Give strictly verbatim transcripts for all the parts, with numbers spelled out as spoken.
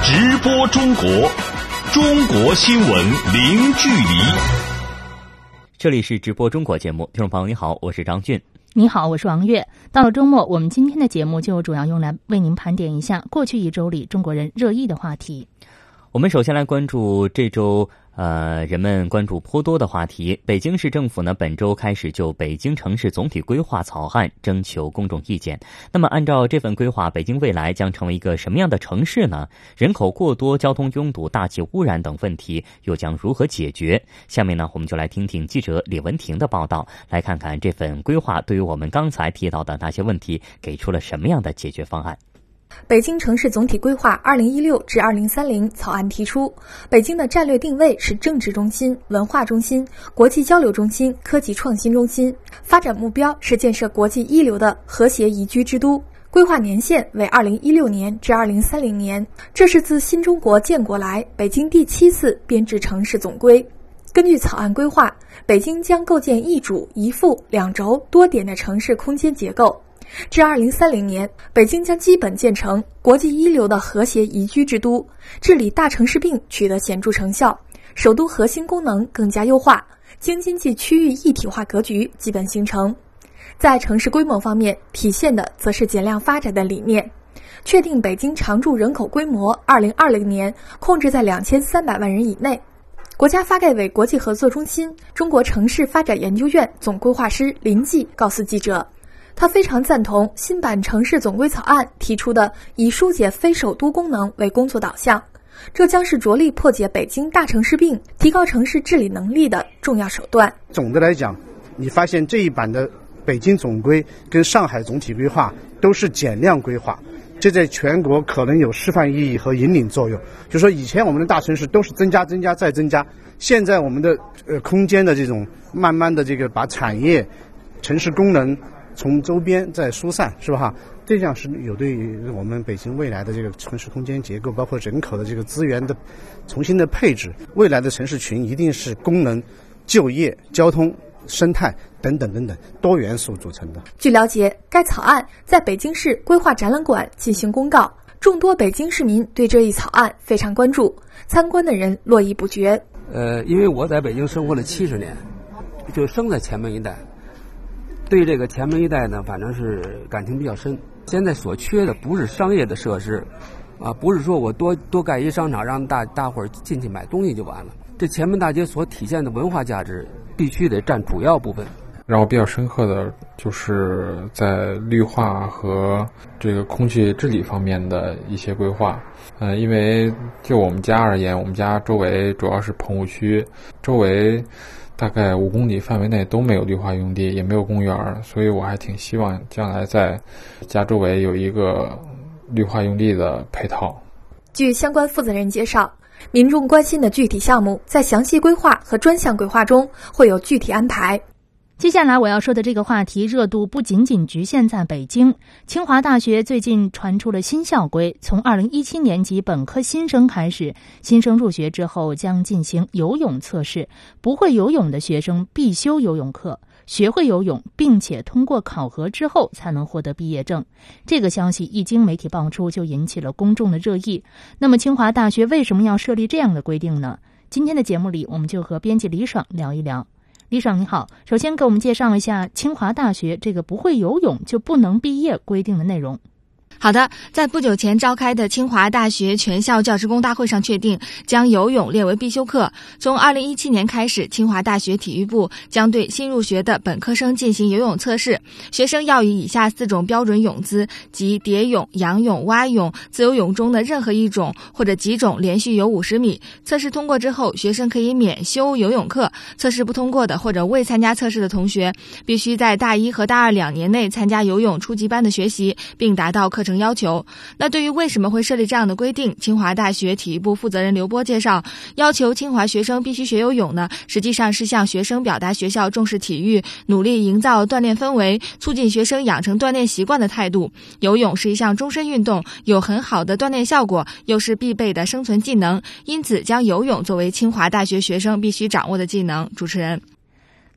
直播中国，中国新闻零距离。 这里是直播中国节目，听众朋友你好，我是张俊。 你好，我是王悦。到了周末，我们今天的节目就主要用来为您盘点一下过去一周里中国人热议的话题。 我们首先来关注这周呃，人们关注颇多的话题。北京市政府呢，本周开始就北京城市总体规划草案征求公众意见。那么按照这份规划，北京未来将成为一个什么样的城市呢？人口过多、交通拥堵、大气污染等问题又将如何解决？下面呢，我们就来听听记者李文婷的报道，来看看这份规划对于我们刚才提到的那些问题给出了什么样的解决方案。 北京城市总体规划二零一六至二零三零草案提出，北京的战略定位是政治中心、文化中心、国际交流中心、科技创新中心，发展目标是建设国际一流的和谐宜居之都。规划年限为二零一六年至二零三零年，这是自新中国建国来北京第七次编制城市总规。根据草案规划，北京将构建一主一副两轴多点的城市空间结构。至二零三零年，北京将基本建成国际一流的和谐宜居之都，治理大城市病取得显著成效，首都核心功能更加优化，京津冀区域一体化格局基本形成。在城市规模方面，体现的则是减量发展的理念，确定北京常住人口规模二零二零年控制在两千三百万人以内。国家发改委国际合作中心中国城市发展研究院总规划师林继告诉记者，他非常赞同新版城市总规草案提出的以疏解非首都功能为工作导向，这将是着力破解北京大城市病、提高城市治理能力的重要手段。 总的来讲，你发现这一版的北京总规跟上海总体规划都是减量规划，这在全国可能有示范意义和引领作用。就是说以前我们的大城市都是增加增加再增加，现在我们的呃空间的这种慢慢的这个把产业、城市功能从周边再疏散，是吧？这样是有对于我们北京未来的这个城市空间结构，包括人口的这个资源的重新的配置。未来的城市群一定是功能、就业、交通、生态等等等等多元素组成的。 据了解，该草案在北京市规划展览馆进行公告，众多北京市民对这一草案非常关注，参观的人络绎不绝。 呃，因为我在北京生活了七十年，就生在前门一带。对这个前门一带呢，反正是感情比较深。现在所缺的不是商业的设施，啊，不是说我多多盖一商场让大大伙儿进去买东西就完了。这前门大街所体现的文化价值，必须得占主要部分。 让我比较深刻的就是在绿化和这个空气治理方面的一些规划。呃，因为就我们家而言，我们家周围主要是棚户区，周围大概五公里范围内都没有绿化用地，也没有公园，所以我还挺希望将来在家周围有一个绿化用地的配套。 据相关负责人介绍，民众关心的具体项目在详细规划和专项规划中会有具体安排。 接下来我要说的这个话题热度不仅仅局限在北京。清华大学最近传出了新校规，从二零一七年级本科新生开始，新生入学之后将进行游泳测试，不会游泳的学生必修游泳课，学会游泳并且通过考核之后才能获得毕业证。这个消息一经媒体爆出，就引起了公众的热议。那么清华大学为什么要设立这样的规定呢？今天的节目里，我们就和编辑李爽聊一聊。李爽你好，首先给我们介绍一下清华大学这个不会游泳就不能毕业规定的内容。 好的，在不久前召开的清华大学全校教师工大会上确定，将游泳列为必修课。从二零一七年开始，清华大学体育部将对新入学的本科生进行游泳测试，学生要以以下四种标准泳姿，即蝶泳、仰泳、蛙泳、自由泳中的任何一种或者几种连续游五十米。测试通过之后，学生可以免修游泳课。测试不通过的或者未参加测试的同学，必须在大一和大二两年内参加游泳初级班的学习，并达到课程要求。那对于为什么会设立这样的规定，清华大学体育部负责人刘波介绍，要求清华学生必须学游泳呢，实际上是向学生表达学校重视体育，努力营造锻炼氛围，促进学生养成锻炼习惯的态度。游泳是一项终身运动，有很好的锻炼效果，又是必备的生存技能，因此将游泳作为清华大学学生必须掌握的技能。主持人。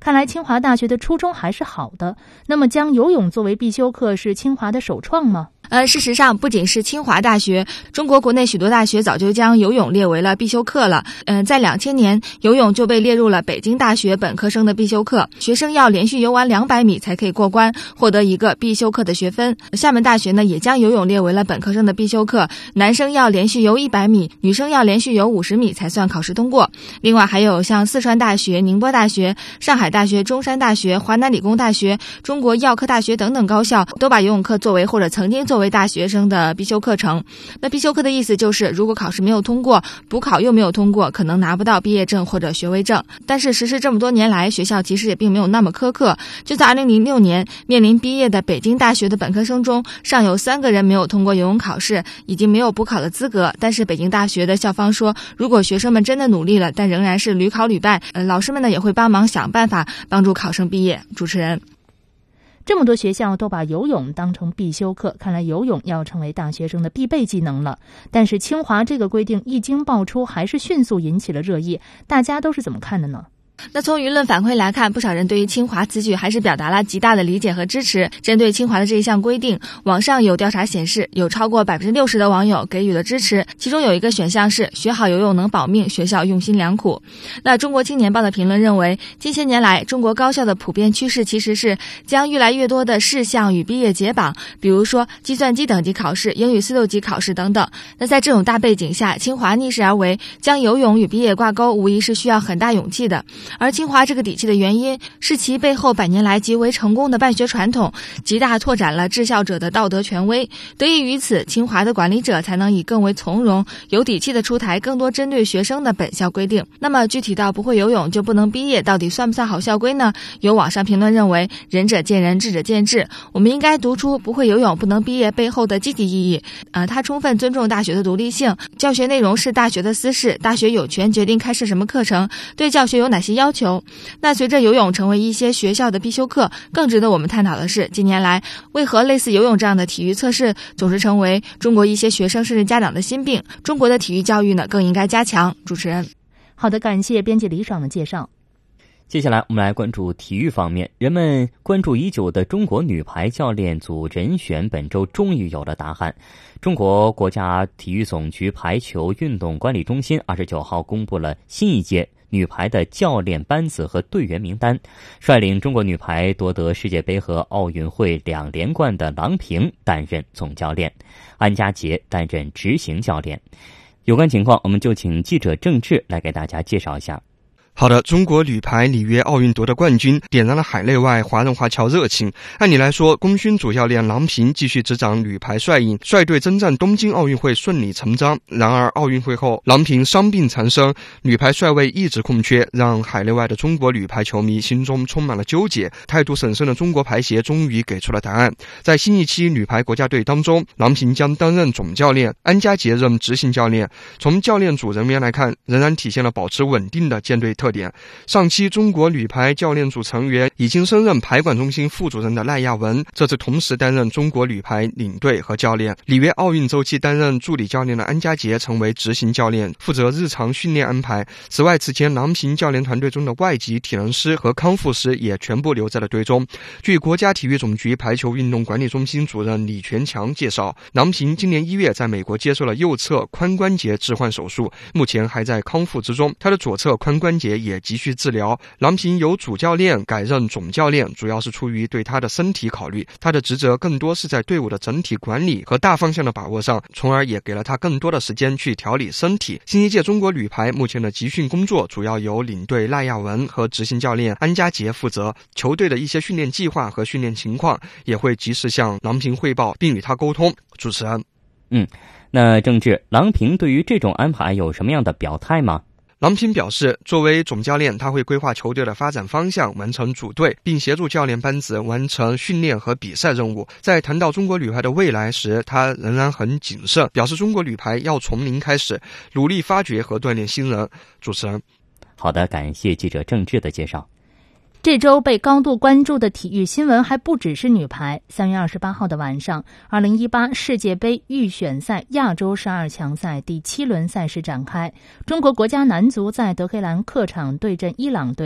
看来清华大学的初衷还是好的。那么将游泳作为必修课是清华的首创吗？ 呃，事实上，不仅是清华大学，中国国内许多大学早就将游泳列为了必修课了。嗯、呃，在两千年，游泳就被列入了北京大学本科生的必修课，学生要连续游完两百米才可以过关，获得一个必修课的学分。厦门大学呢，也将游泳列为了本科生的必修课，男生要连续游一百米，女生要连续游五十米才算考试通过。另外，还有像四川大学、宁波大学、上海大学、中山大学、华南理工大学、中国药科大学等等高校，都把游泳课作为或者曾经作为作为大学生的必修课程。那必修课的意思就是，如果考试没有通过，补考又没有通过，可能拿不到毕业证或者学位证。但是实施这么多年来，学校其实也并没有那么苛刻。就在二零零六年，面临毕业的北京大学的本科生中，尚有三个人没有通过游泳考试，已经没有补考的资格。但是北京大学的校方说，如果学生们真的努力了，但仍然是屡考屡败，呃，老师们呢也会帮忙想办法帮助考生毕业。主持人。 这么多学校都把游泳当成必修课，看来游泳要成为大学生的必备技能了。但是清华这个规定一经爆出，还是迅速引起了热议，大家都是怎么看的呢？ 那从舆论反馈来看，不少人对于清华此举还是表达了极大的理解和支持。针对清华的这一项规定，网上有调查显示，有超过百分之六十的网友给予了支持，其中有一个选项是学好游泳能保命，学校用心良苦。那中国青年报的评论认为，近些年来中国高校的普遍趋势其实是将越来越多的事项与毕业解绑，比如说计算机等级考试、英语四六级考试等等。那在这种大背景下，清华逆势而为，将游泳与毕业挂钩，无疑是需要很大勇气的。而清华这个底气的原因是其背后百年来极为成功的办学传统，极大拓展了治校者的道德权威。得益于此，清华的管理者才能以更为从容、有底气的出台更多针对学生的本校规定。那么具体到不会游泳就不能毕业，到底算不算好校规呢？有网上评论认为，仁者见仁，智者见智。我们应该读出不会游泳不能毕业背后的积极意义。呃，它充分尊重大学的独立性，教学内容是大学的私事，大学有权决定开设什么课程，对教学有哪些要求。那随着游泳成为一些学校的必修课，更值得我们探讨的是，近年来为何类似游泳这样的体育测试总是成为中国一些学生甚至家长的心病？中国的体育教育呢，更应该加强。主持人。 好的，感谢编辑李爽的介绍。 接下来我们来关注体育方面，人们关注已久的中国女排教练组人选本周终于有了答案。中国国家体育总局排球运动管理中心二十九号公布了新一届女排的教练班子和队员名单，率领中国女排夺得世界杯和奥运会两连冠的郎平担任总教练，安家杰担任执行教练。有关情况，我们就请记者郑智来给大家介绍一下。 好的，中国女排里约奥运夺得冠军，点燃了海内外华人华侨热情。按理来说，功勋主教练郎平继续执掌女排帅印，率队征战东京奥运会顺理成章。然而奥运会后，郎平伤病缠身，女排帅位一直空缺，让海内外的中国女排球迷心中充满了纠结。态度审慎的中国排协终于给出了答案，在新一期女排国家队当中，郎平将担任总教练，安家杰任执行教练。从教练组人员来看，仍然体现了保持稳定的舰队特点。上期中国女排教练组成员已经升任排管中心副主任的赖亚文，这次同时担任中国女排领队和教练。里约奥运周期担任助理教练的安家杰成为执行教练，负责日常训练安排。此外，此前郎平教练团队中的外籍体能师和康复师也全部留在了队中。据国家体育总局排球运动管理中心主任李全强介绍，郎平今年一月在美国接受了右侧髋关节置换手术，目前还在康复之中，他的左侧髋关节也急需治疗。郎平由主教练改任总教练，主要是出于对他的身体考虑，他的职责更多是在队伍的整体管理和大方向的把握上，从而也给了他更多的时间去调理身体。新一届中国女排目前的集训工作主要由领队赖亚文和执行教练安家杰负责，球队的一些训练计划和训练情况也会及时向郎平汇报并与他沟通。主持人。 嗯，那郑智，郎平对于这种安排有什么样的表态吗？ 郎平表示，作为总教练，他会规划球队的发展方向，完成组队，并协助教练班子完成训练和比赛任务。在谈到中国女排的未来时，他仍然很谨慎，表示中国女排要从零开始，努力发掘和锻炼新人。主持人。 好的，感谢记者郑智的介绍。 这周被高度关注的体育新闻还不只是女排。三月二十八号的晚上，二零一八世界杯预选赛亚洲十二强赛第七轮赛事展开，中国国家男足在德黑兰客场对阵伊朗队。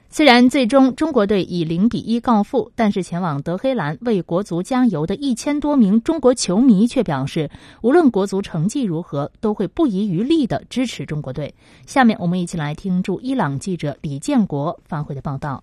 虽然最终中国队以零比一告负，但是前往德黑兰为国足加油的一千多名中国球迷却表示，无论国足成绩如何，都会不遗余力地支持中国队。下面我们一起来听驻伊朗记者李建国发回的报道。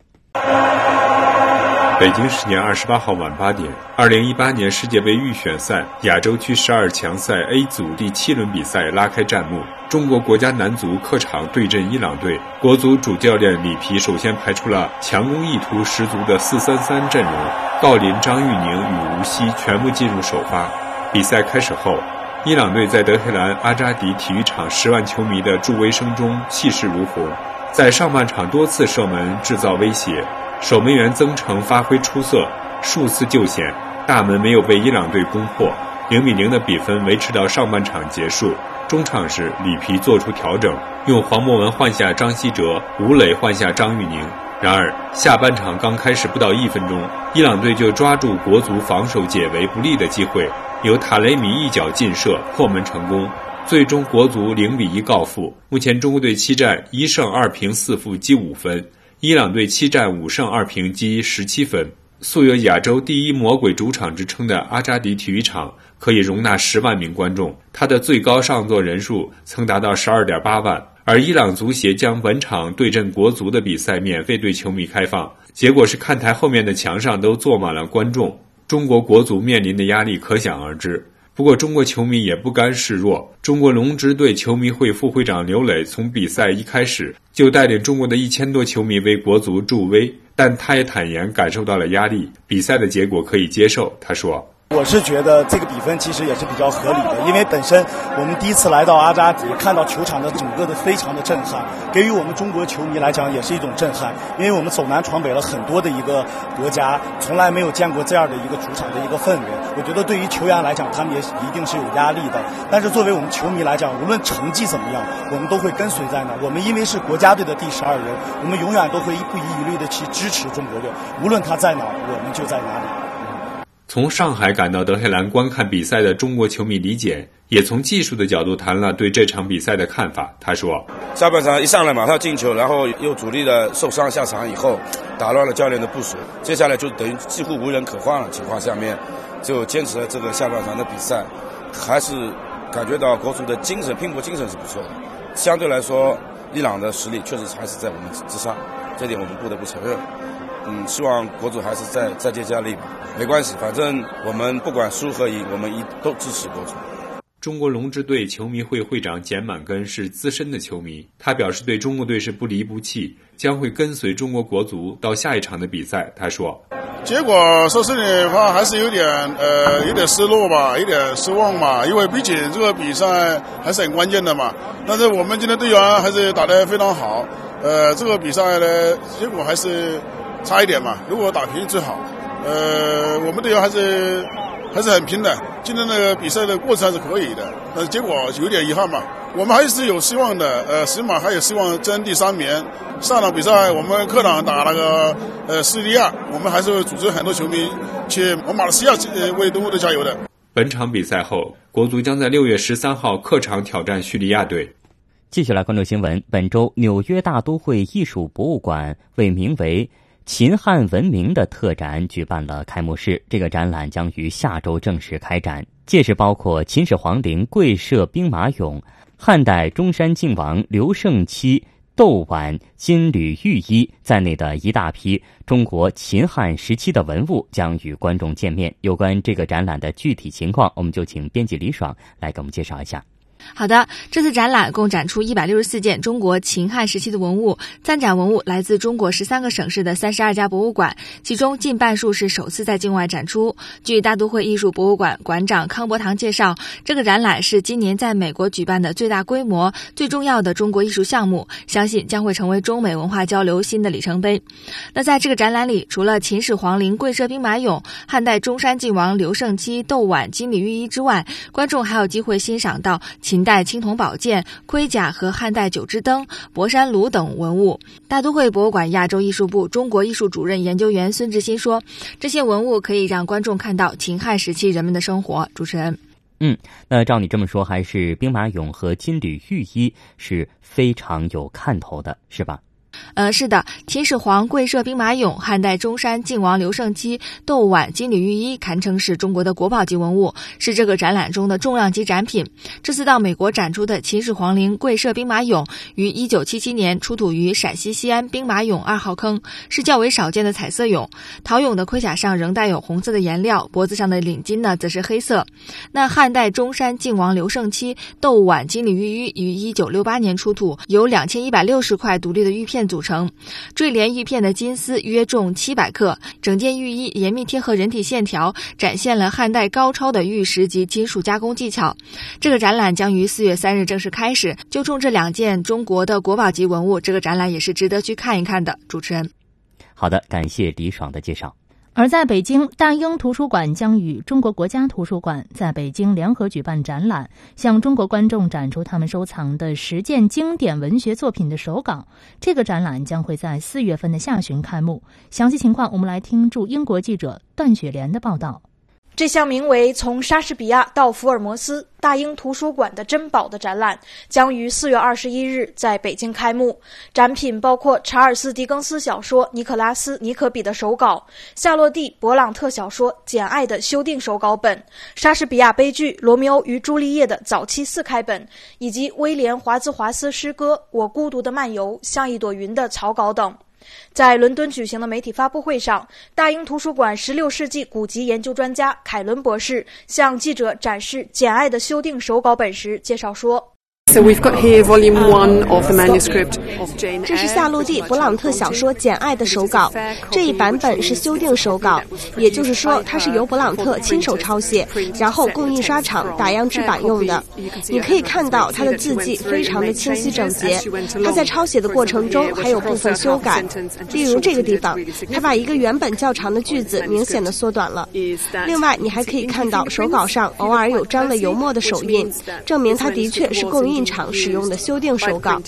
北京时间二十八号晚八点，二零一八年世界杯预选赛亚洲区十二强赛 A 组第七轮比赛拉开战幕。中国国家男足客场对阵伊朗队，国足主教练里皮首先排出了强攻意图十足的四三三阵容，郜林、张玉宁与吴曦全部进入首发。比赛开始后，伊朗队在德黑兰阿扎迪体育场十万球迷的助威声中气势如虹，在上半场多次射门制造威胁，守门员曾诚发挥出色，数次救险，大门没有被伊朗队攻破。零比零的比分维持到上半场结束。中场时，里皮做出调整，用黄博文换下张稀哲，吴磊换下张玉宁。然而下半场刚开始不到一分钟，伊朗队就抓住国足防守解围不利的机会，由塔雷米一脚劲射破门成功，最终国足零比一告负。目前中国队七战一胜二平四负积五分，伊朗队七战五胜二平积十七分。素有亚洲第一魔鬼主场之称的阿扎迪体育场可以容纳十万名观众，它的最高上座人数曾达到 十二点八万。而伊朗足协将本场对阵国足的比赛免费对球迷开放，结果是看台后面的墙上都坐满了观众，中国国足面临的压力可想而知。不过中国球迷也不甘示弱，中国龙之队球迷会副会长刘磊从比赛一开始就带领中国的一千多球迷为国足助威，但他也坦言感受到了压力，比赛的结果可以接受。他说， 我是觉得这个比分其实也是比较合理的，因为本身我们第一次来到阿扎迪，看到球场的整个的非常的震撼，给予我们中国球迷来讲也是一种震撼，因为我们走南闯北了很多的一个国家，从来没有见过这样的一个主场的一个氛围。我觉得对于球员来讲，他们也一定是有压力的，但是作为我们球迷来讲，无论成绩怎么样，我们都会跟随在那。我们因为是国家队的第十二人，我们永远都会不遗余力的去支持中国队，无论他在哪，我们就在哪里。 从上海赶到德黑兰观看比赛的中国球迷李简也从技术的角度谈了对这场比赛的看法。他说， 下半场一上来马上进球，然后又主力的受伤下场以后，打乱了教练的部署，接下来就等于几乎无人可换了情况下面，就坚持了这个下半场的比赛，还是感觉到国足的精神拼搏精神是不错的。相对来说，伊朗的实力确实还是在我们之上，这点我们不得不承认。嗯，希望国足还是再再接再厉吧，没关系，反正我们不管输和赢，我们一都支持国足。 中国龙之队球迷会会长简满根是资深的球迷，他表示对中国队是不离不弃，将会跟随中国国足到下一场的比赛。他说， 结果说实的话还是有点呃有点失落吧，有点失望吧，因为毕竟这个比赛还是很关键的嘛。但是我们今天队员还是打得非常好，呃，这个比赛呢结果还是差一点嘛，如果打平最好。呃，我们队员还是还是很拼的，今天的比赛的过程还是可以的，但是结果有点遗憾吧。我们还是有希望的，呃，起码还有希望争第三名。上场比赛我们客场打那个呃叙利亚，我们还是会组织很多球迷去往马来西亚呃为中国队加油的。 本场比赛后，国足将在六月十三号客场挑战叙利亚队。 继续来关注新闻。本周纽约大都会艺术博物馆为名为秦汉文明的特展举办了开幕式，这个展览将于下周正式开展。届时包括秦始皇陵跪射兵马俑、汉代中山靖王刘胜期斗碗金缕玉衣在内的一大批中国秦汉时期的文物将与观众见面。有关这个展览的具体情况，我们就请编辑李爽来给我们介绍一下。 好的，这次展览共展出一百六十四件中国秦汉时期的文物，参展文物来自中国十三个省市的三十二家博物馆，其中近半数是首次在境外展出。据大都会艺术博物馆馆长康伯堂介绍，这个展览是今年在美国举办的最大规模、最重要的中国艺术项目，相信将会成为中美文化交流新的里程碑。那在这个展览里，除了秦始皇陵跪射兵马俑、汉代中山靖王刘胜期斗碗金缕玉衣之外，观众还有机会欣赏到秦代青铜宝剑、盔甲和汉代九支灯、博山炉等文物。大都会博物馆亚洲艺术部中国艺术主任研究员孙志新说，这些文物可以让观众看到秦汉时期人们的生活。主持人， 嗯，那照你这么说，还是兵马俑和金缕玉衣是非常有看头的，是吧？ 呃，是的，秦始皇跪射兵马俑、汉代中山靖王刘胜基斗碗金缕玉衣堪称是中国的国宝级文物，是这个展览中的重量级展品。这次到美国展出的秦始皇陵跪射兵马俑于一九七七年出土于陕西西安兵马俑二号坑，是较为少见的彩色俑。陶俑的盔甲上仍带有红色的颜料，脖子上的领巾呢则是黑色。那汉代中山靖王刘胜期斗碗金缕玉衣于一九六八年出土，由两千一百六十块独立的玉片组成，坠连玉片的金丝约重七百克，整件玉衣严密贴合人体线条，展现了汉代高超的玉石及金属加工技巧。这个展览将于四月三日正式开始，就冲这两件中国的国宝级文物，这个展览也是值得去看一看的。主持人， 好的，感谢李爽的介绍。 而在北京，大英图书馆将与中国国家图书馆在北京联合举办展览，向中国观众展出他们收藏的十件经典文学作品的手稿。这个展览将会在四月份的下旬开幕。详细情况，我们来听驻英国记者段雪莲的报道。 这项名为《从莎士比亚到福尔摩斯：大英图书馆的珍宝》的展览将于四月二十一日在北京开幕。展品包括查尔斯·狄更斯小说《尼可拉斯·尼可比》的手稿、夏洛蒂·勃朗特小说《简爱》的修订手稿本、莎士比亚悲剧《罗密欧与朱丽叶》的早期四开本，以及威廉·华兹华斯诗歌《我孤独的漫游》像一朵云的草稿等。在伦敦举行的媒体发布会上，大英图书馆十六世纪古籍研究专家凯伦博士向记者展示《简爱》的修订手稿本时介绍说 So we've got here volume one of the manuscript of Jane Eyre. 这是夏洛蒂·勃朗特小说《简爱》的手稿，这一版本是修订手稿，也就是说它是由勃朗特亲手抄写，然后供印刷厂打样制版用的。你可以看到他的字迹非常的清晰整洁，他在抄写的过程中还有部分修改，例如这个地方，他把一个原本较长的句子明显的缩短了。另外你还可以看到手稿上偶尔有沾了油墨的手印，证明他的确是供印厂使用的修订手稿。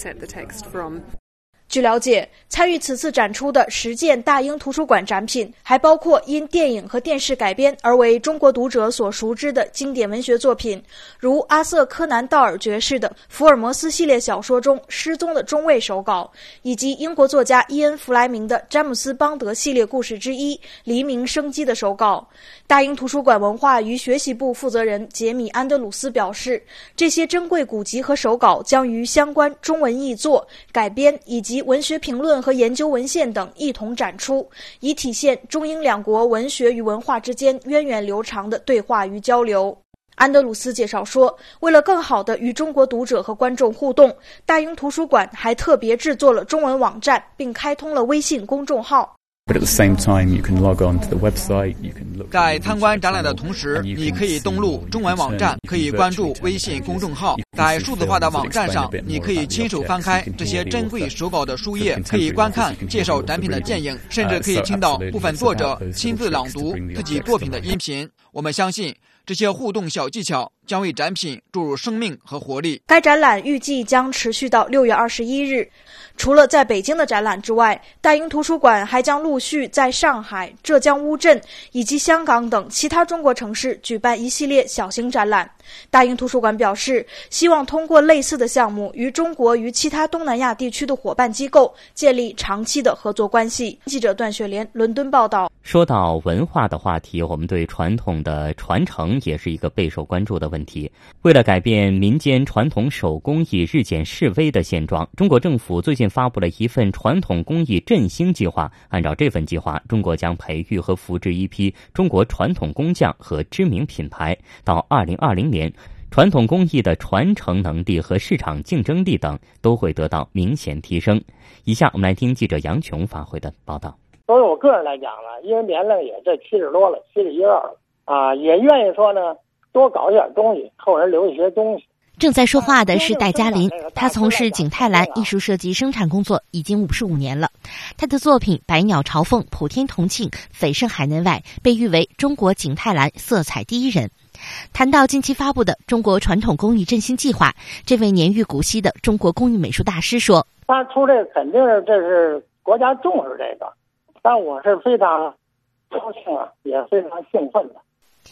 据了解，参与此次展出的十件大英图书馆展品，还包括因电影和电视改编而为中国读者所熟知的经典文学作品，如阿瑟·柯南·道尔爵士的《福尔摩斯》系列小说中失踪的中尉手稿，以及英国作家伊恩·弗莱明的詹姆斯·邦德系列故事之一《黎明生机》的手稿。大英图书馆文化与学习部负责人杰米·安德鲁斯表示，这些珍贵古籍和手稿将于相关中文译作、改编以及文学评论和研究文献等一同展出，以体现中英两国文学与文化之间源远流长的对话与交流。安德鲁斯介绍说，为了更好地与中国读者和观众互动，大英图书馆还特别制作了中文网站，并开通了微信公众号。 在参观展览的同时，你可以登录中文网站，可以关注微信公众号。在数字化的网站上，你可以亲手翻开这些珍贵手稿的书页，可以观看介绍展品的电影，甚至可以听到部分作者亲自朗读自己作品的音频。我们相信这些互动小技巧将为展品注入生命和活力。 该展览预计将持续到六月二十一日。除了在北京的展览之外，大英图书馆还将陆续在上海、浙江乌镇以及香港等其他中国城市举办一系列小型展览。大英图书馆表示，希望通过类似的项目与中国与其他东南亚地区的伙伴机构建立长期的合作关系。记者段雪莲伦敦报道。 说到文化的话题，我们对传统的传承也是一个备受关注的问题。为了改变民间传统手工艺日渐式微的现状，中国政府最近发布了一份传统工艺振兴计划。按照这份计划，中国将培育和扶植一批中国传统工匠和知名品牌，到二零二零年，传统工艺的传承能力和市场竞争力等都会得到明显提升。以下我们来听记者杨琼发回的报道。 作为我个人来讲呢，因为年龄也这七十多了，七十一二了啊，也愿意说呢多搞一点东西，后人留一些东西。 正在说话的是戴嘉林，他从事景泰蓝艺术设计生产工作已经五十五年了。他的作品《百鸟朝凤》《普天同庆》蜚声海内外，被誉为中国景泰蓝色彩第一人。谈到近期发布的中国传统工艺振兴计划，这位年逾古稀的中国工艺美术大师说：“ 他出这个肯定是这是国家重视这个，但我是非常高兴啊，也非常兴奋的。”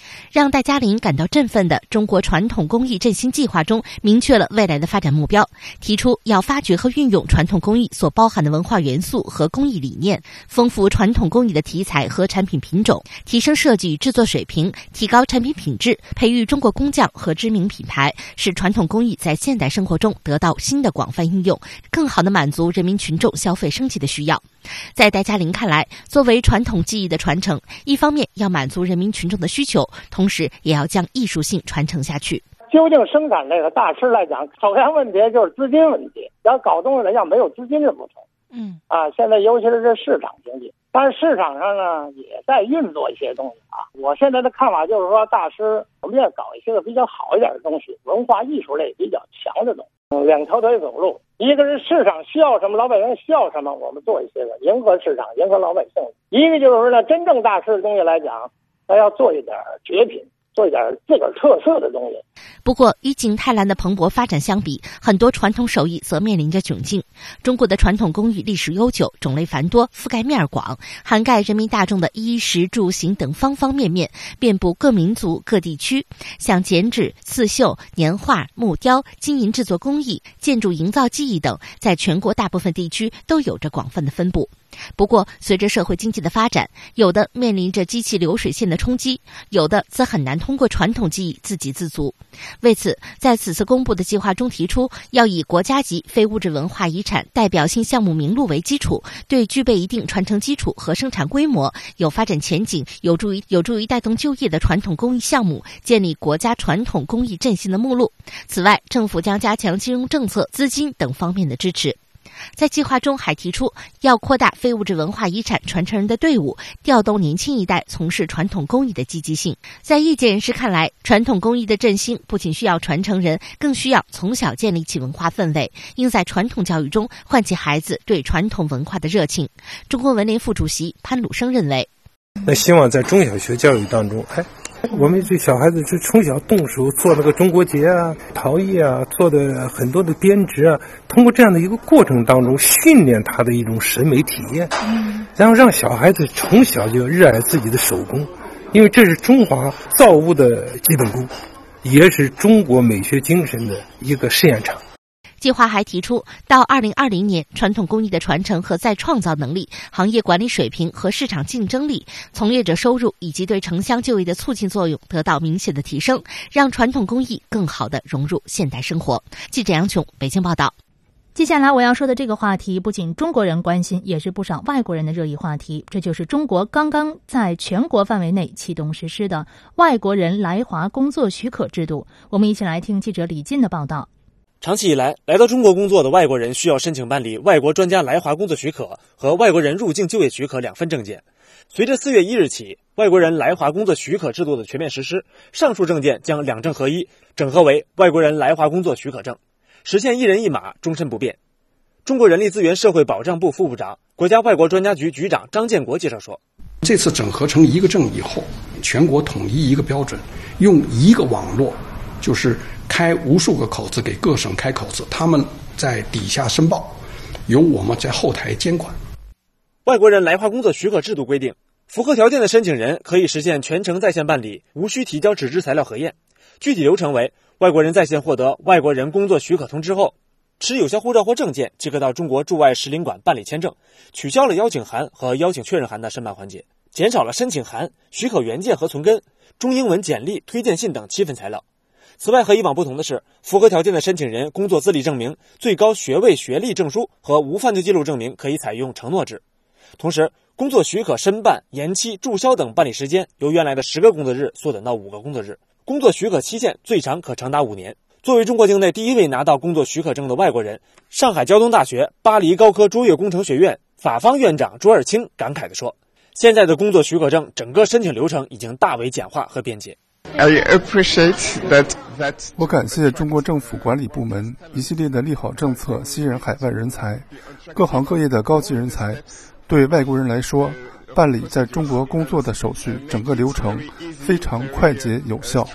让戴嘉玲感到振奋的中国传统工艺振兴计划中明确了未来的发展目标，提出要发掘和运用传统工艺所包含的文化元素和工艺理念，丰富传统工艺的题材和产品品种，提升设计与制作水平，提高产品品质，培育中国工匠和知名品牌，使传统工艺在现代生活中得到新的广泛应用，更好地满足人民群众消费升级的需要。在戴嘉玲看来，作为传统技艺的传承，一方面要满足人民群众的需求，同时也要将艺术性传承下去。 究竟生产这个大师来讲，首先问题就是资金问题，要搞东西来讲没有资金是不成。 嗯啊，现在尤其是这市场经济，但是市场上呢也在运作一些东西啊。我现在的看法就是说，大师我们要搞一些个比较好一点的东西，文化艺术类比较强的东西。嗯，两条腿走路，一个是市场需要什么，老百姓需要什么，我们做一些个迎合市场、迎合老百姓；一个就是说呢，真正大师的东西来讲，他要做一点绝品，做一点自个儿特色的东西。 不过，与景泰蓝的蓬勃发展相比，很多传统手艺则面临着窘境。中国的传统工艺历史悠久，种类繁多，覆盖面广，涵盖人民大众的衣食住行等方方面面，遍布各民族各地区。像剪纸、刺绣、年画、木雕、金银制作工艺、建筑营造技艺等，在全国大部分地区都有着广泛的分布。不过，随着社会经济的发展，有的面临着机器流水线的冲击，有的则很难通过传统技艺自给自足。为此，在此次公布的计划中提出，要以国家级非物质文化遗产代表性项目名录为基础，对具备一定传承基础和生产规模、有发展前景、有助于有助于带动就业的传统工艺项目建立国家传统工艺振兴的目录。此外，政府将加强金融政策、资金等方面的支持。在计划中还提出要扩大非物质文化遗产传承人的队伍，调动年轻一代从事传统工艺的积极性。在意见人士看来，传统工艺的振兴不仅需要传承人，更需要从小建立起文化氛围，应在传统教育中唤起孩子对传统文化的热情。中国文联副主席潘鲁生认为， 那希望在中小学教育当中，哎，我们这小孩子是从小动手做那个中国结啊、陶艺啊，做的很多的编织啊，通过这样的一个过程当中训练他的一种审美体验，然后让小孩子从小就热爱自己的手工，因为这是中华造物的基本功，也是中国美学精神的一个试验场。 计划还提出，到二零二零年，传统工艺的传承和再创造能力、行业管理水平和市场竞争力、从业者收入以及对城乡就业的促进作用得到明显的提升，让传统工艺更好地融入现代生活。记者杨琼，北京报道。 接下来我要说的这个话题，不仅中国人关心，也是不少外国人的热议话题。这就是中国刚刚在全国范围内启动实施的外国人来华工作许可制度。我们一起来听记者李进的报道。 长期以来，来到中国工作的外国人需要申请办理外国专家来华工作许可和外国人入境就业许可两份证件。随着四月一日起，外国人来华工作许可制度的全面实施，上述证件将两证合一，整合为外国人来华工作许可证，实现一人一码，终身不变。中国人力资源社会保障部副部长、国家外国专家局局长张建国介绍说， 这次整合成一个证以后，全国统一一个标准，用一个网络，就是开无数个口子给各省开口子，他们在底下申报，由我们在后台监管。 外国人来华工作许可制度规定，符合条件的申请人可以实现全程在线办理，无需提交纸质材料核验。具体流程为，外国人在线获得外国人工作许可通知后，持有效护照或证件即可到中国驻外使领馆办理签证，取消了邀请函和邀请确认函的申办环节，减少了申请函、许可原件和存根、中英文简历、推荐信等七份材料。此外，和以往不同的是，符合条件的申请人工作资历证明、最高学位学历证书和无犯罪记录证明可以采用承诺制。同时，工作许可申办、延期、注销等办理时间由原来的十个工作日缩短到五个工作日，工作许可期限最长可长达五年。作为中国境内第一位拿到工作许可证的外国人，上海交通大学巴黎高科卓越工程学院法方院长卓尔清感慨地说，现在的工作许可证整个申请流程已经大为简化和便捷。 I appreciate that, that... 我感谢中国政府管理部门一系列的利好政策吸引海外人才，各行各业的高级人才。对外国人来说，办理在中国工作的手续整个流程非常快捷有效。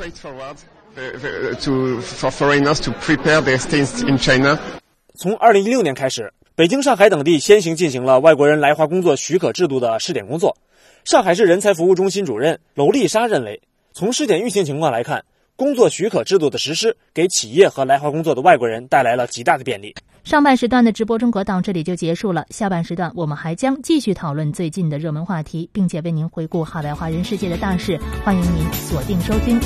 从二零一六年开始，北京、上海等地先行进行了外国人来华工作许可制度的试点工作。上海市人才服务中心主任娄丽莎认为， 从试点运行情况来看，工作许可制度的实施给企业和来华工作的外国人带来了极大的便利。 上半时段的直播中国到这里就结束了，下半时段我们还将继续讨论最近的热门话题，并且为您回顾海外华人世界的大事，欢迎您锁定收听。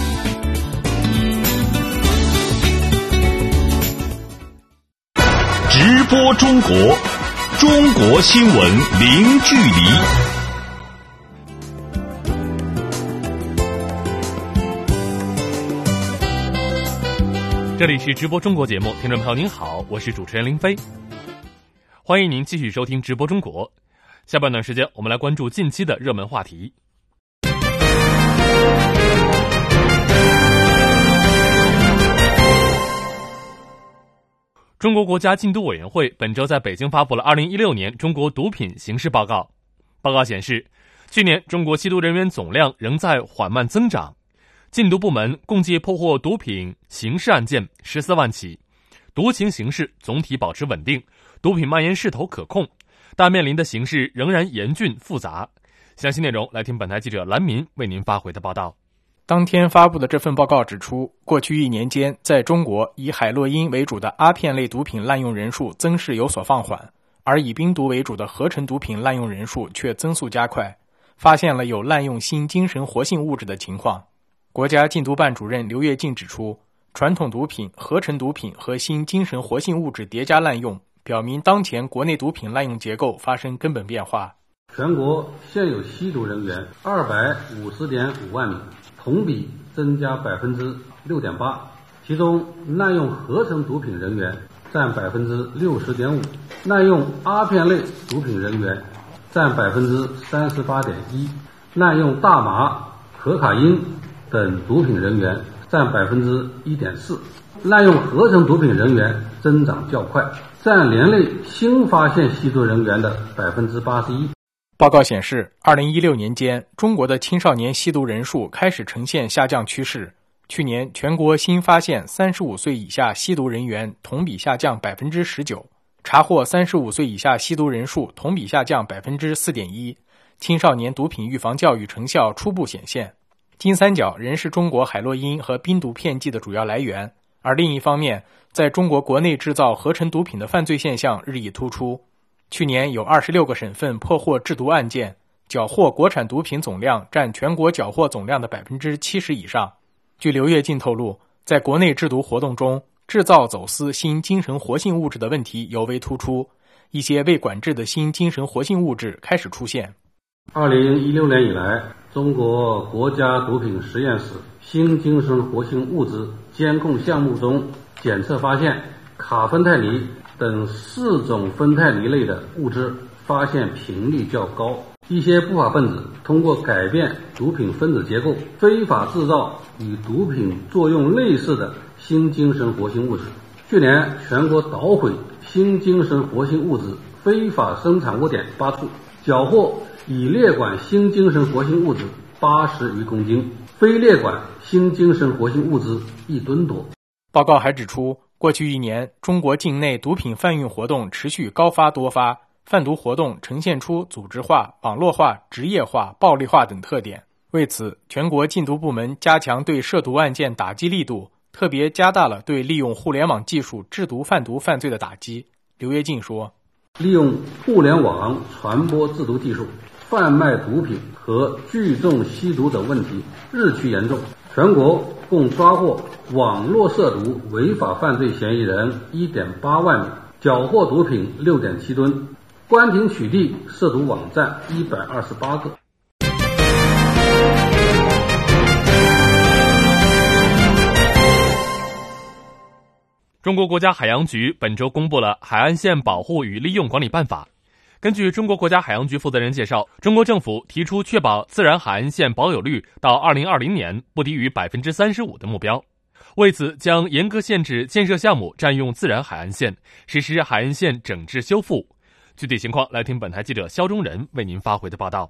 直播中国，中国新闻零距离。 这里是直播中国节目，听众朋友您好，我是主持人林飞，欢迎您继续收听直播中国。下半段时间，我们来关注近期的热门话题。中国国家禁毒委员会本周在北京发布了二零一六年中国毒品形势报告。报告显示，去年中国吸毒人员总量仍在缓慢增长。禁毒部门共计破获毒品刑事案件十四万起，毒情形势总体保持稳定，毒品蔓延势头可控，但面临的形势仍然严峻复杂。详细内容来听本台记者蓝民为您发回的报道。 当天发布的这份报告指出，过去一年间，在中国以海洛因为主的阿片类毒品滥用人数增势有所放缓，而以冰毒为主的合成毒品滥用人数却增速加快，发现了有滥用新精神活性物质的情况。国家禁毒办主任刘跃进指出，传统毒品、合成毒品和新精神活性物质叠加滥用，表明当前国内毒品滥用结构发生根本变化。 全国现有吸毒人员二百五十点五万名，同比增加百分之六点八，其中滥用合成毒品人员占百分之六十点五，滥用阿片类毒品人员占百分之三十八点一，滥用大麻、可卡因等毒品人员占百分之一点四，滥用合成毒品人员增长较快，占连累新发现吸毒人员的百分之八十一。 报告显示，二零一六年间，中国的青少年吸毒人数开始呈现下降趋势。去年，全国新发现三十五岁以下吸毒人员同比下降百分之十九，查获三十五岁以下吸毒人数同比下降百分之四点一，青少年毒品预防教育成效初步显现。金三角仍是中国海洛因和冰毒片剂的主要来源，而另一方面，在中国国内制造合成毒品的犯罪现象日益突出。去年有二十六个省份破获制毒案件，缴获国产毒品总量占全国缴获总量的百分之七十以上。据刘跃进透露，在国内制毒活动中，制造走私新精神活性物质的问题尤为突出，一些未管制的新精神活性物质开始出现。 二零一六年以来，中国国家毒品实验室新精神活性物质监控项目中检测发现卡芬泰尼等四种芬太尼类的物质发现频率较高，一些不法分子通过改变毒品分子结构，非法制造与毒品作用类似的新精神活性物质。去年全国捣毁新精神活性物质非法生产窝点八处，缴获乙列管新精神活性物质八十余公斤，非列管新精神活性物质一吨多。 报告还指出，过去一年，中国境内毒品贩运活动持续高发多发，贩毒活动呈现出组织化、网络化、职业化、暴力化等特点。为此，全国禁毒部门加强对涉毒案件打击力度，特别加大了对利用互联网技术制毒贩毒犯罪的打击。刘跃进说， 利用互联网传播制毒技术，贩卖毒品和聚众吸毒等问题日趋严重，全国共抓获网络涉毒违法犯罪嫌疑人 一点八万名，缴获毒品 六点七吨，关停取缔涉毒网站一百二十八个。 中国国家海洋局本周公布了《海岸线保护与利用管理办法》。根据中国国家海洋局负责人介绍，中国政府提出确保自然海岸线保有率到二零二零年不低于 百分之三十五 的目标。为此，将严格限制建设项目占用自然海岸线，实施海岸线整治修复。具体情况，来听本台记者肖中仁为您发回的报道。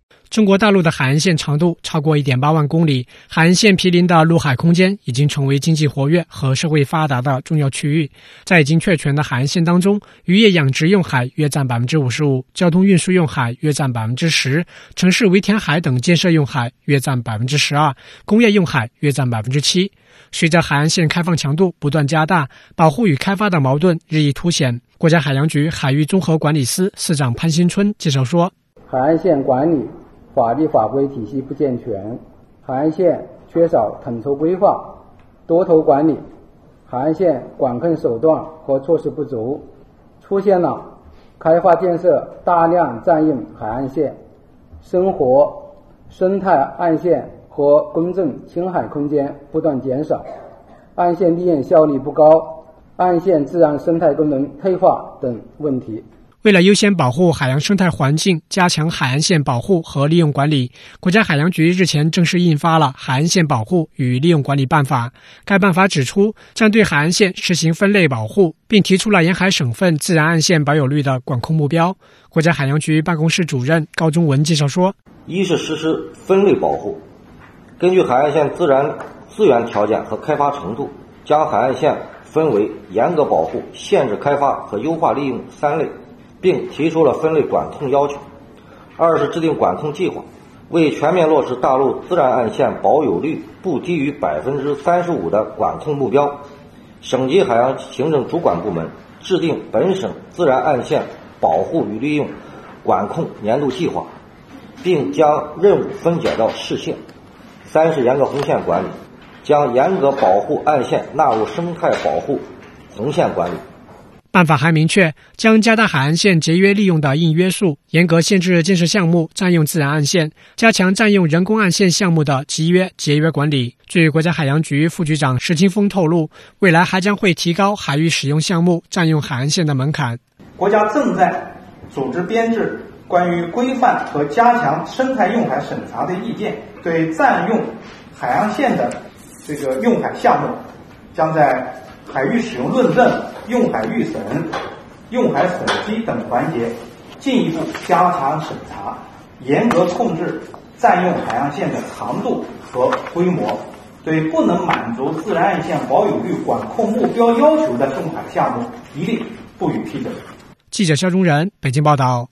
中国大陆的海岸线长度超过 一点八万公里，海岸线毗邻的陆海空间已经成为经济活跃和社会发达的重要区域。在已经确权的海岸线当中，渔业养殖用海约占 百分之五十五， 交通运输用海约占 百分之十， 城市围填海等建设用海约占 百分之十二， 工业用海约占 百分之七。 随着海岸线开放强度不断加大，保护与开发的矛盾日益凸显。国家海洋局海域综合管理司司长潘新春介绍说， 海岸线管理法律法规体系不健全，海岸线缺少统筹规划、多头管理，海岸线管控手段和措施不足，出现了开发建设大量占用海岸线、生活生态岸线和公众青海空间不断减少，岸线利用效率不高，岸线自然生态功能退化等问题。 为了优先保护海洋生态环境，加强海岸线保护和利用管理，国家海洋局日前正式印发了《海岸线保护与利用管理办法》。该办法指出，将对海岸线实行分类保护，并提出了沿海省份自然岸线保有率的管控目标。国家海洋局办公室主任高中文介绍说， 一是实施分类保护，根据海岸线自然资源条件和开发程度，将海岸线分为严格保护、限制开发和优化利用三类，并提出了分类管控要求。二是制定管控计划，为全面落实大陆自然岸线保有率不低于 百分之三十五 的管控目标，省级海洋行政主管部门制定本省自然岸线保护与利用管控年度计划，并将任务分解到市县。三是严格红线管理，将严格保护岸线纳入生态保护红线管理。 办法还明确，将加大海岸线节约利用的硬约束，严格限制建设项目占用自然岸线，加强占用人工岸线项目的集约节约管理。据国家海洋局副局长石清峰透露，未来还将会提高海域使用项目占用海岸线的门槛。 国家正在组织编制关于规范和加强生态用海审查的意见，对占用海岸线的这个用海项目，将在海域使用论证、用海预审、用海审批等环节进一步加强审查，严格控制占用海岸线的长度和规模，对不能满足自然岸线保有率管控目标要求的用海项目一律不予批准。 记者肖忠仁北京报道。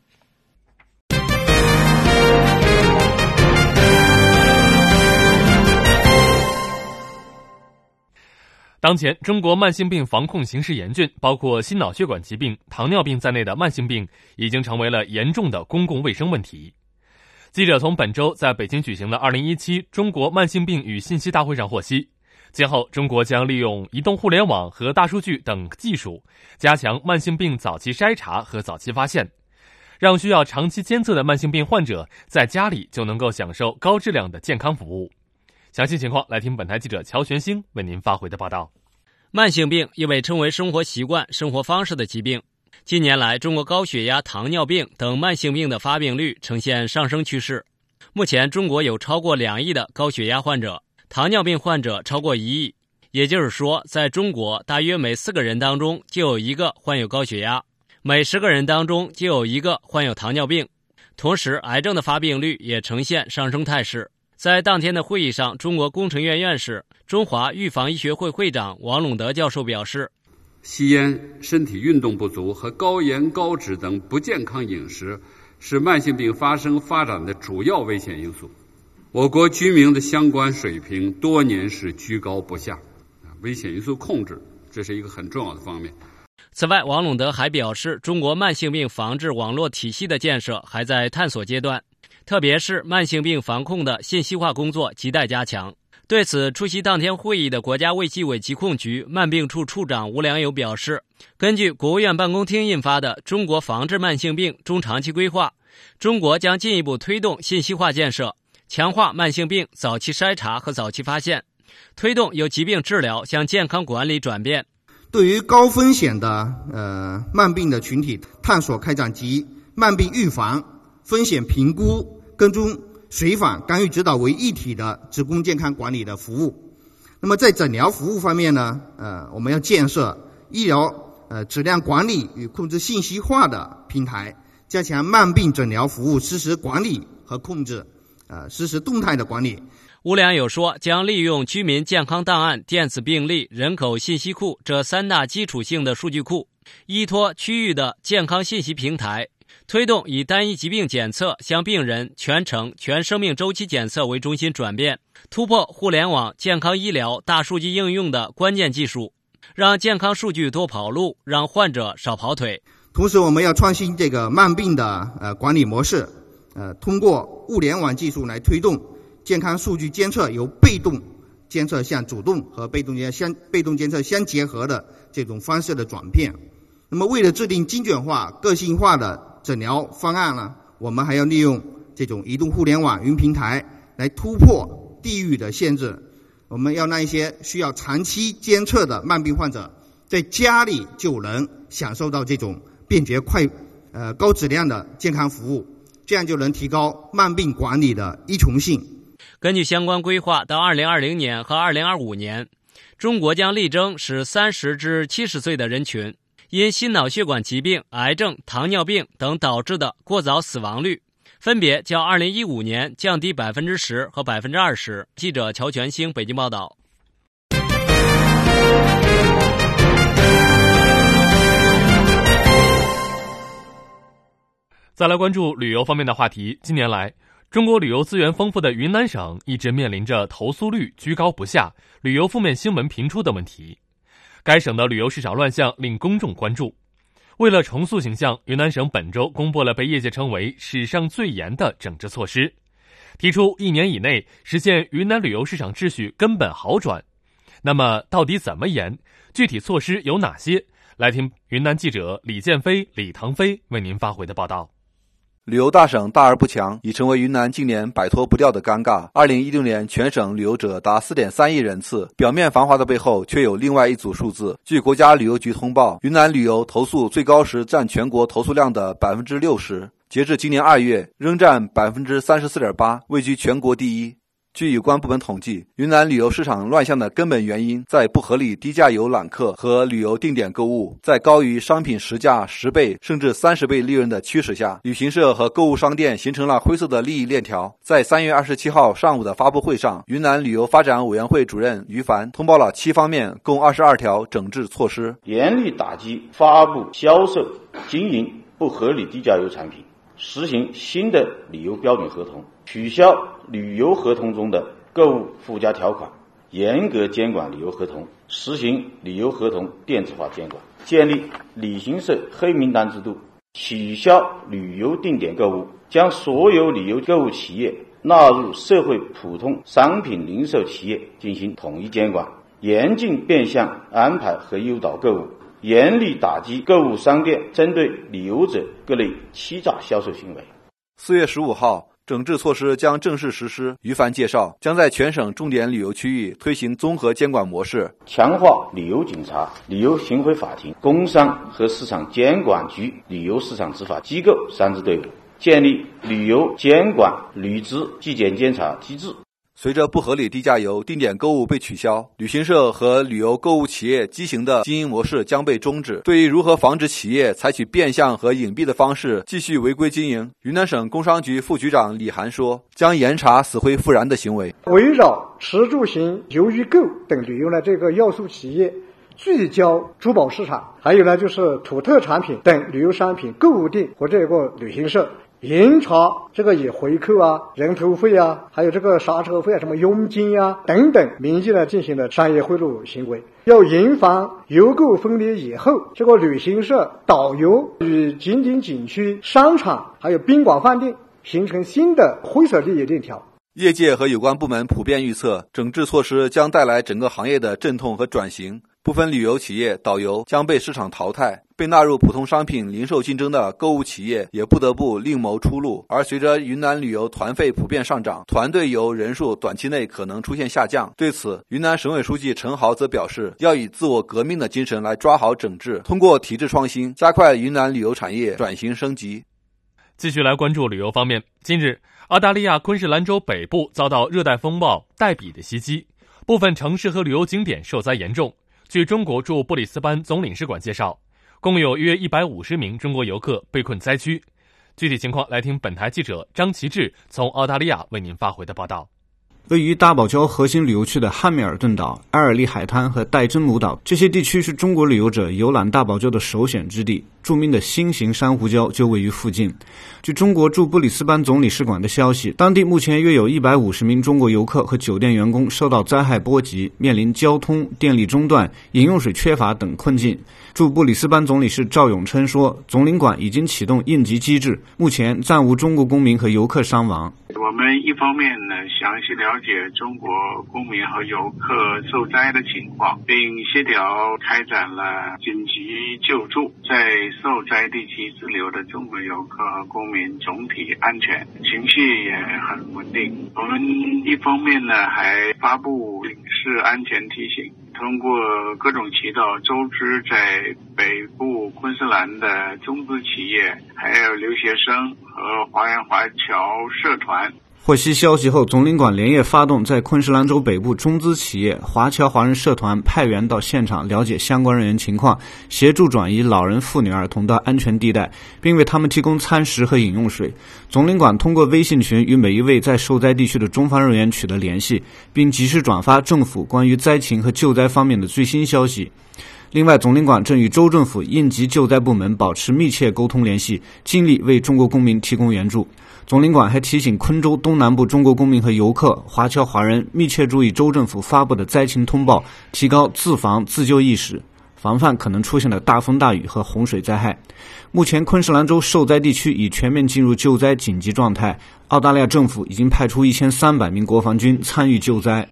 当前，中国慢性病防控形势严峻，包括心脑血管疾病、糖尿病在内的慢性病已经成为了严重的公共卫生问题。记者从本周在北京举行的二零一七中国慢性病与信息大会上获悉，今后中国将利用移动互联网和大数据等技术，加强慢性病早期筛查和早期发现，让需要长期监测的慢性病患者在家里就能够享受高质量的健康服务。详细情况来听本台记者乔玄星为您发回的报道。 慢性病又被称为生活习惯、生活方式的疾病。近年来，中国高血压、糖尿病等慢性病的发病率呈现上升趋势。目前，中国有超过两亿的高血压患者，糖尿病患者超过一亿。也就是说，在中国，大约每四个人当中就有一个患有高血压，每十个人当中就有一个患有糖尿病。同时，癌症的发病率也呈现上升态势。在当天的会议上，中国工程院院士、中华预防医学会会长王陇德教授表示， 吸烟、身体运动不足和高盐高脂等不健康饮食是慢性病发生发展的主要危险因素。我国居民的相关水平多年是居高不下，危险因素控制这是一个很重要的方面。 此外，王陇德还表示，中国慢性病防治网络体系的建设还在探索阶段，特别是慢性病防控的信息化工作亟待加强。对此，出席当天会议的国家卫计委疾控局慢病处处长吴良友表示，根据国务院办公厅印发的《中国防治慢性病中长期规划》，中国将进一步推动信息化建设，强化慢性病早期筛查和早期发现，推动由疾病治疗向健康管理转变。 对于高风险的呃慢病的群体，探索开展集慢病预防、风险评估、跟踪随访干预指导为一体的职工健康管理的服务。那么在诊疗服务方面呢，呃，我们要建设医疗呃质量管理与控制信息化的平台，加强慢病诊疗服务实时管理和控制，呃，实施动态的管理。 吴良友说，将利用居民健康档案、电子病历、人口信息库这三大基础性的数据库，依托区域的健康信息平台，推动以单一疾病检测向病人全程全生命周期检测为中心转变，突破互联网健康医疗大数据应用的关键技术，让健康数据多跑路，让患者少跑腿。 同时，我们要创新这个慢病的呃管理模式，呃，通过物联网技术来推动健康数据监测由被动监测向主动和被动监相被动监测相结合的这种方式的转变。那么，为了制定精准化、个性化的诊疗方案呢，我们还要利用这种移动互联网云平台来突破地域的限制。我们要让一些需要长期监测的慢病患者在家里就能享受到这种便捷快、呃高质量的健康服务，这样就能提高慢病管理的依从性。 根据相关规划，到二零二零年和二零二五年，中国将力争使三十至七十岁的人群因心脑血管疾病、癌症、糖尿病等导致的过早死亡率，分别较二零一五年降低百分之十和百分之二十。记者乔全兴北京报道。 再来关注旅游方面的话题。近年来，中国旅游资源丰富的云南省一直面临着投诉率居高不下、旅游负面新闻频出的问题。该省的旅游市场乱象令公众关注。为了重塑形象，云南省本周公布了被业界称为史上最严的整治措施，提出一年以内实现云南旅游市场秩序根本好转。那么到底怎么严？具体措施有哪些？来听云南记者李建飞、李腾飞为您发回的报道。 旅游大省大而不强已成为云南近年摆脱不掉的尴尬。二零一六年全省旅游者达 四点三亿人次，表面繁华的背后却有另外一组数字。据国家旅游局通报，云南旅游投诉最高时占全国投诉量的 百分之六十， 截至今年二月仍占 百分之三十四点八， 位居全国第一。据有关部门统计，云南旅游市场乱象的根本原因在不合理低价游揽客和旅游定点购物，在高于商品实价十倍甚至三十倍利润的驱使下，旅行社和购物商店形成了灰色的利益链条。在三月二十七号上午的发布会上，云南旅游发展委员会主任于凡通报了七方面共二十二条整治措施， 严厉打击发布、销售、经营不合理低价游产品，实行新的旅游标准合同，取消旅游合同中的购物附加条款，严格监管旅游合同，实行旅游合同电子化监管，建立旅行社黑名单制度，取消旅游定点购物，将所有旅游购物企业纳入社会普通商品零售企业进行统一监管，严禁变相安排和诱导购物，严厉打击购物商店针对旅游者各类欺诈销售行为。 四月十五号，整治措施将正式实施。于凡介绍，将在全省重点旅游区域推行综合监管模式， 强化旅游警察、旅游巡回法庭、工商和市场监管局旅游市场执法机构三支队伍，建立旅游监管履职纪检监察机制。 随着不合理低价游、定点购物被取消，旅行社和旅游购物企业畸形的经营模式将被终止。对于如何防止企业采取变相和隐蔽的方式继续违规经营，云南省工商局副局长李涵说，将严查死灰复燃的行为， 围绕吃住行游娱购等旅游的这个要素企业，聚焦珠宝市场，还有呢就是土特产品等旅游商品购物店和这个旅行社，严查这个以回扣啊、人头费啊，还有这个刹车费啊、什么佣金啊等等名义呢进行的商业贿赂行为，要严防游购分离以后，这个旅行社、导游与景点景区、商场还有宾馆饭店形成新的灰色利益链条。 业界和有关部门普遍预测，整治措施将带来整个行业的阵痛和转型。部分旅游企业、导游将被市场淘汰，被纳入普通商品零售竞争的购物企业也不得不另谋出路。而随着云南旅游团费普遍上涨，团队游人数短期内可能出现下降。对此，云南省委书记陈豪则表示，要以自我革命的精神来抓好整治，通过体制创新，加快云南旅游产业转型升级。 继续来关注旅游方面。近日，澳大利亚昆士兰州北部遭到热带风暴黛比的袭击，部分城市和旅游景点受灾严重。据中国驻布里斯班总领事馆介绍，共有约一百五十名中国游客被困灾区， 具体情况来听本台记者张其志从澳大利亚为您发回的报道。 位于大堡礁核心旅游区的汉密尔顿岛、埃尔利海滩和戴珍姆岛，这些地区是中国旅游者游览大堡礁的首选之地。著名的新型珊瑚礁就位于附近。据中国驻布里斯班总领事馆的消息，当地目前约有一百五十名中国游客和酒店员工受到灾害波及，面临交通、电力中断、饮用水缺乏等困境。驻布里斯班总领事赵永琛说，总领馆已经启动应急机制，目前暂无中国公民和游客伤亡。 我们一方面呢，详细了解中国公民和游客受灾的情况，并协调开展了紧急救助，在受灾地区滞留的中国游客和公民总体安全，情绪也很稳定。我们一方面呢，还发布领事安全提醒，通过各种渠道周知在北部昆士兰的中资企业，还有留学生和华人华侨社团。 获悉消息后，总领馆连夜发动在昆士兰州北部中资企业、华侨华人社团派员到现场了解相关人员情况，协助转移老人、妇女、儿童到安全地带，并为他们提供餐食和饮用水。总领馆通过微信群与每一位在受灾地区的中方人员取得联系，并及时转发政府关于灾情和救灾方面的最新消息。另外，总领馆正与州政府应急救灾部门保持密切沟通联系，尽力为中国公民提供援助。总领馆还提醒昆州东南部中国公民和游客、华侨华人密切注意州政府发布的灾情通报，提高自防自救意识，防范可能出现的大风大雨和洪水灾害。目前昆士兰州受灾地区已全面进入救灾紧急状态，澳大利亚政府已经派出一千三百名国防军参与救灾。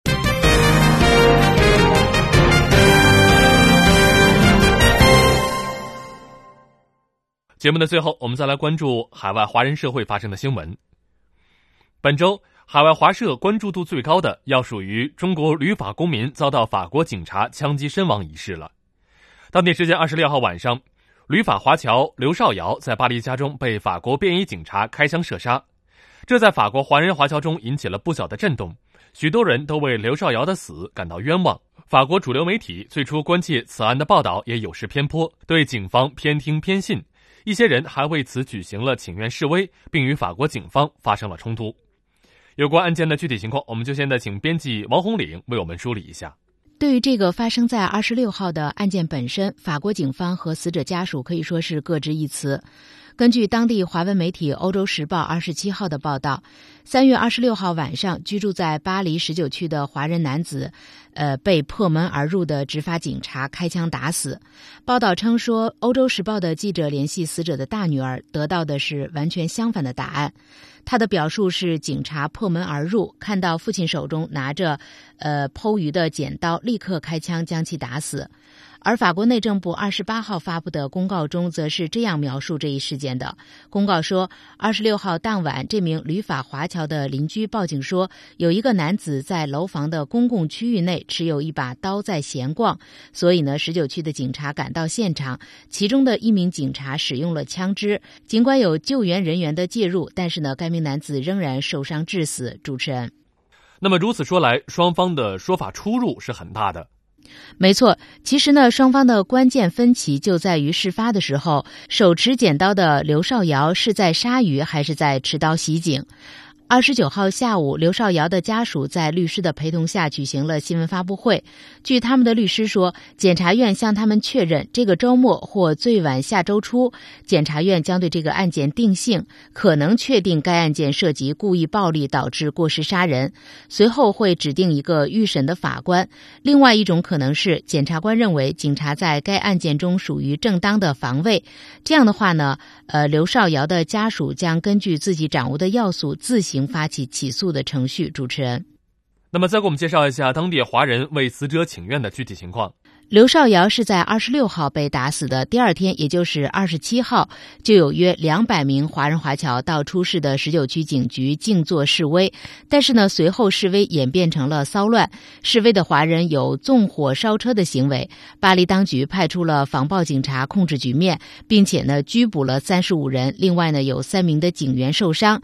节目的最后，我们再来关注海外华人社会发生的新闻。本周，海外华社关注度最高的要属于中国旅法公民遭到法国警察枪击身亡一事了。当地时间二十六号晚上，旅法华侨刘少尧在巴黎家中被法国便衣警察开枪射杀，这在法国华人华侨中引起了不小的震动，许多人都为刘少尧的死感到冤枉。法国主流媒体最初关切此案的报道也有失偏颇，对警方偏听偏信。一些人还为此举行了请愿示威，并与法国警方发生了冲突。有关案件的具体情况，我们就现在请编辑王红岭为我们梳理一下。 对于这个发生在二十六号的案件本身，法国警方和死者家属可以说是各执一词。根据当地华文媒体《欧洲时报》二十七号的报道，三月二十六号晚上，居住在巴黎十九区的华人男子，呃，被破门而入的执法警察开枪打死。报道称说，《欧洲时报》的记者联系死者的大女儿，得到的是完全相反的答案。他的表述是，警察破门而入，看到父亲手中拿着呃剖鱼的剪刀，立刻开枪将其打死。而法国内政部二十八号发布的公告中，则是这样描述这一事件的。公告说，二十六号当晚，这名旅法华侨的邻居报警说，有一个男子在楼房的公共区域内持有一把刀在闲逛，所以呢，十九区的警察赶到现场，其中的一名警察使用了枪支。尽管有救援人员的介入，但是呢，该名男子仍然受伤致死。主持人， 那么如此说来，双方的说法出入是很大的。 没错，其实呢，双方的关键分歧就在于事发的时候，手持剪刀的刘少尧是在杀鱼还是在持刀袭警。二十九号下午，刘少尧的家属在律师的陪同下举行了新闻发布会。据他们的律师说，检察院向他们确认，这个周末或最晚下周初，检察院将对这个案件定性，可能确定该案件涉及故意暴力导致过失杀人，随后会指定一个预审的法官。另外一种可能是，检察官认为警察在该案件中属于正当的防卫。这样的话呢，呃，刘少尧的家属将根据自己掌握的要素自行发起起诉的程序。主持人， 那么再给我们介绍一下当地华人为死者请愿的具体情况。 刘少尧是在二十六号被打死的，第二天也就是二十七号，就有约两百名华人华侨到出事的十九区警局静坐示威，但是呢，随后示威演变成了骚乱，示威的华人有纵火烧车的行为，巴黎当局派出了防暴警察控制局面，并且呢拘捕了三十五人，另外呢有三名的警员受伤。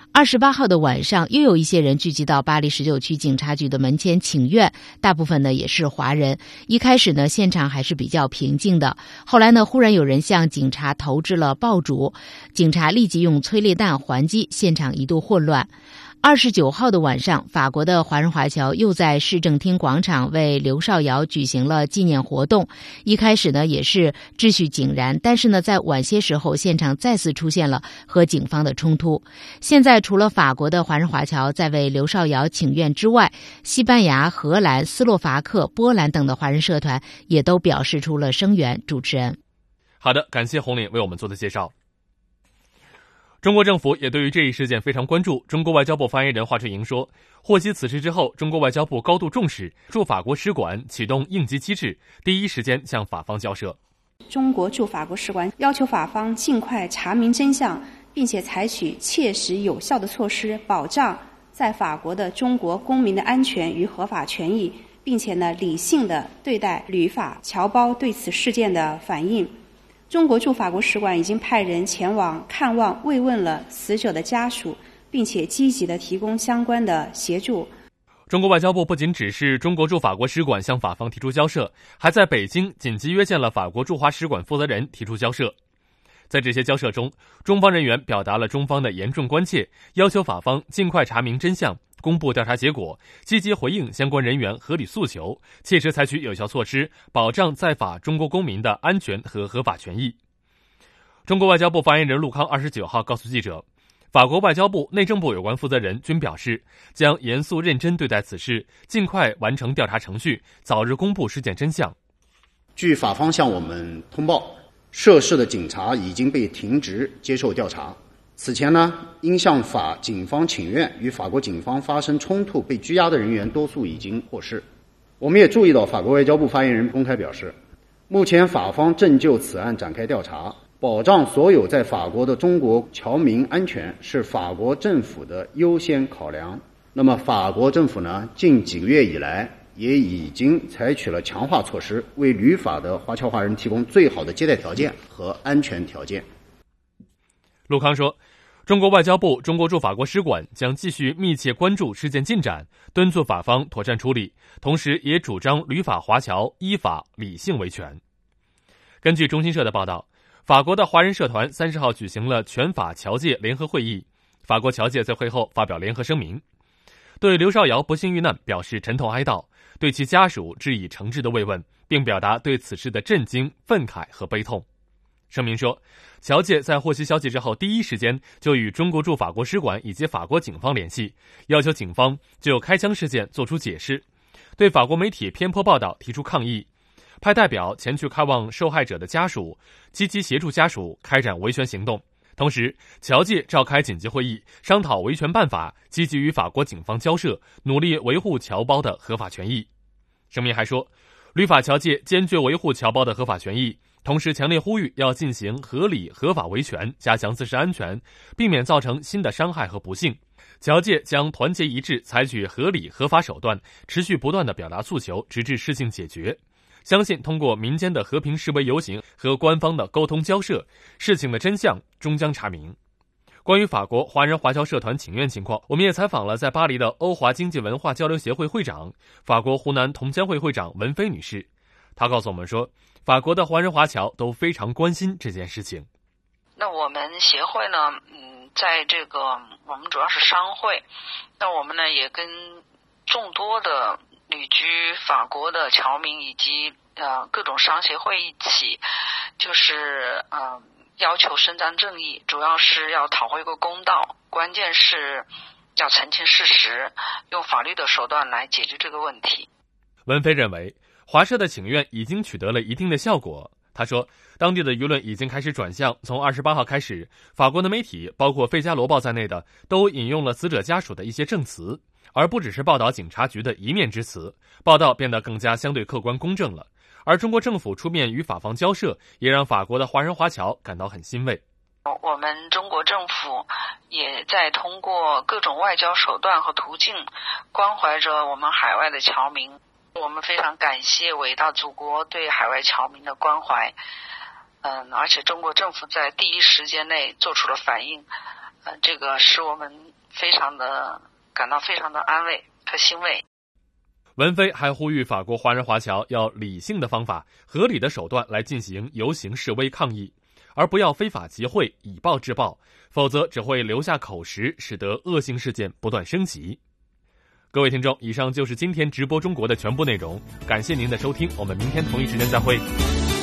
二十八号的晚上，又有一些人聚集到巴黎十九区警察局的门前请愿，大部分呢也是华人。一开始呢，现场还是比较平静的，后来呢，忽然有人向警察投掷了爆竹，警察立即用催泪弹还击，现场一度混乱。二十九号的晚上，法国的华人华侨又在市政厅广场为刘少尧举行了纪念活动。一开始呢也是秩序井然，但是呢在晚些时候，现场再次出现了和警方的冲突。现在除了法国的华人华侨在为刘少尧请愿之外，西班牙、荷兰、斯洛伐克、波兰等的华人社团也都表示出了声援。主持人， 好的，感谢红岭为我们做的介绍。中国政府也对于这一事件非常关注。中国外交部发言人华春莹说，获悉此事之后，中国外交部高度重视，驻法国使馆启动应急机制，第一时间向法方交涉。 中国驻法国使馆要求法方尽快查明真相，并且采取切实有效的措施，保障在法国的中国公民的安全与合法权益，并且呢理性地对待旅法侨胞对此事件的反应。中国驻法国使馆已经派人前往看望慰问了死者的家属，并且积极地提供相关的协助。 中国外交部不仅指示中国驻法国使馆向法方提出交涉，还在北京紧急约见了法国驻华使馆负责人提出交涉。在这些交涉中，中方人员表达了中方的严重关切，要求法方尽快查明真相，公布调查结果，积极回应相关人员合理诉求，切实采取有效措施，保障在法中国公民的安全和合法权益。中国外交部发言人陆康二十九号告诉记者，法国外交部、内政部有关负责人均表示，将严肃认真对待此事，尽快完成调查程序，早日公布事件真相。 据法方向我们通报，涉事的警察已经被停职接受调查。此前呢，因向法警方请愿与法国警方发生冲突被拘押的人员多数已经获释。我们也注意到法国外交部发言人公开表示，目前法方正就此案展开调查，保障所有在法国的中国侨民安全是法国政府的优先考量。那么法国政府呢，近几个月以来也已经采取了强化措施，为旅法的华侨华人提供最好的接待条件和安全条件。 陆康说，中国外交部、中国驻法国使馆将继续密切关注事件进展，敦促法方妥善处理，同时也主张旅法华侨依法理性维权。根据中新社的报道，法国的华人社团三十号举行了全法侨界联合会议，法国侨界在会后发表联合声明，对刘少尧不幸遇难表示沉痛哀悼，对其家属致以诚挚的慰问，并表达对此事的震惊、愤慨和悲痛。声明说，侨界在获悉消息之后，第一时间就与中国驻法国使馆以及法国警方联系，要求警方就开枪事件作出解释，对法国媒体偏颇报道提出抗议，派代表前去看望受害者的家属，积极协助家属开展维权行动。同时，侨界召开紧急会议，商讨维权办法，积极与法国警方交涉，努力维护侨胞的合法权益。声明还说，旅法侨界坚决维护侨胞的合法权益，同时强烈呼吁要进行合理合法维权，加强自身安全，避免造成新的伤害和不幸。侨界将团结一致，采取合理合法手段，持续不断地表达诉求，直至事情解决。相信通过民间的和平示威游行和官方的沟通交涉，事情的真相终将查明。关于法国华人华侨社团请愿情况，我们也采访了在巴黎的欧华经济文化交流协会会长、法国湖南同乡会会长文飞女士。她告诉我们说，法国的华人华侨都非常关心这件事情。 那我们协会呢，嗯，在这个我们主要是商会，那我们呢也跟众多的旅居法国的侨民以及呃各种商协会一起，就是呃要求伸张正义，主要是要讨回一个公道，关键是要澄清事实，用法律的手段来解决这个问题。 文飞认为，华社的请愿已经取得了一定的效果。他说，当地的舆论已经开始转向，从二十八号开始，法国的媒体，包括《费加罗报》在内的，都引用了死者家属的一些证词，而不只是报道警察局的一面之词，报道变得更加相对客观公正了。而中国政府出面与法方交涉，也让法国的华人华侨感到很欣慰。 我们中国政府也在通过各种外交手段和途径，关怀着我们海外的侨民。我们非常感谢伟大祖国对海外侨民的关怀，嗯，而且中国政府在第一时间内做出了反应， 呃，这个使我们非常的感到非常的安慰和欣慰。 文飞还呼吁法国华人华侨要理性的方法、合理的手段来进行游行示威抗议，而不要非法集会以暴制暴，否则只会留下口实，使得恶性事件不断升级。各位听众，以上就是今天直播中国的全部内容，感谢您的收听，我们明天同一时间再会。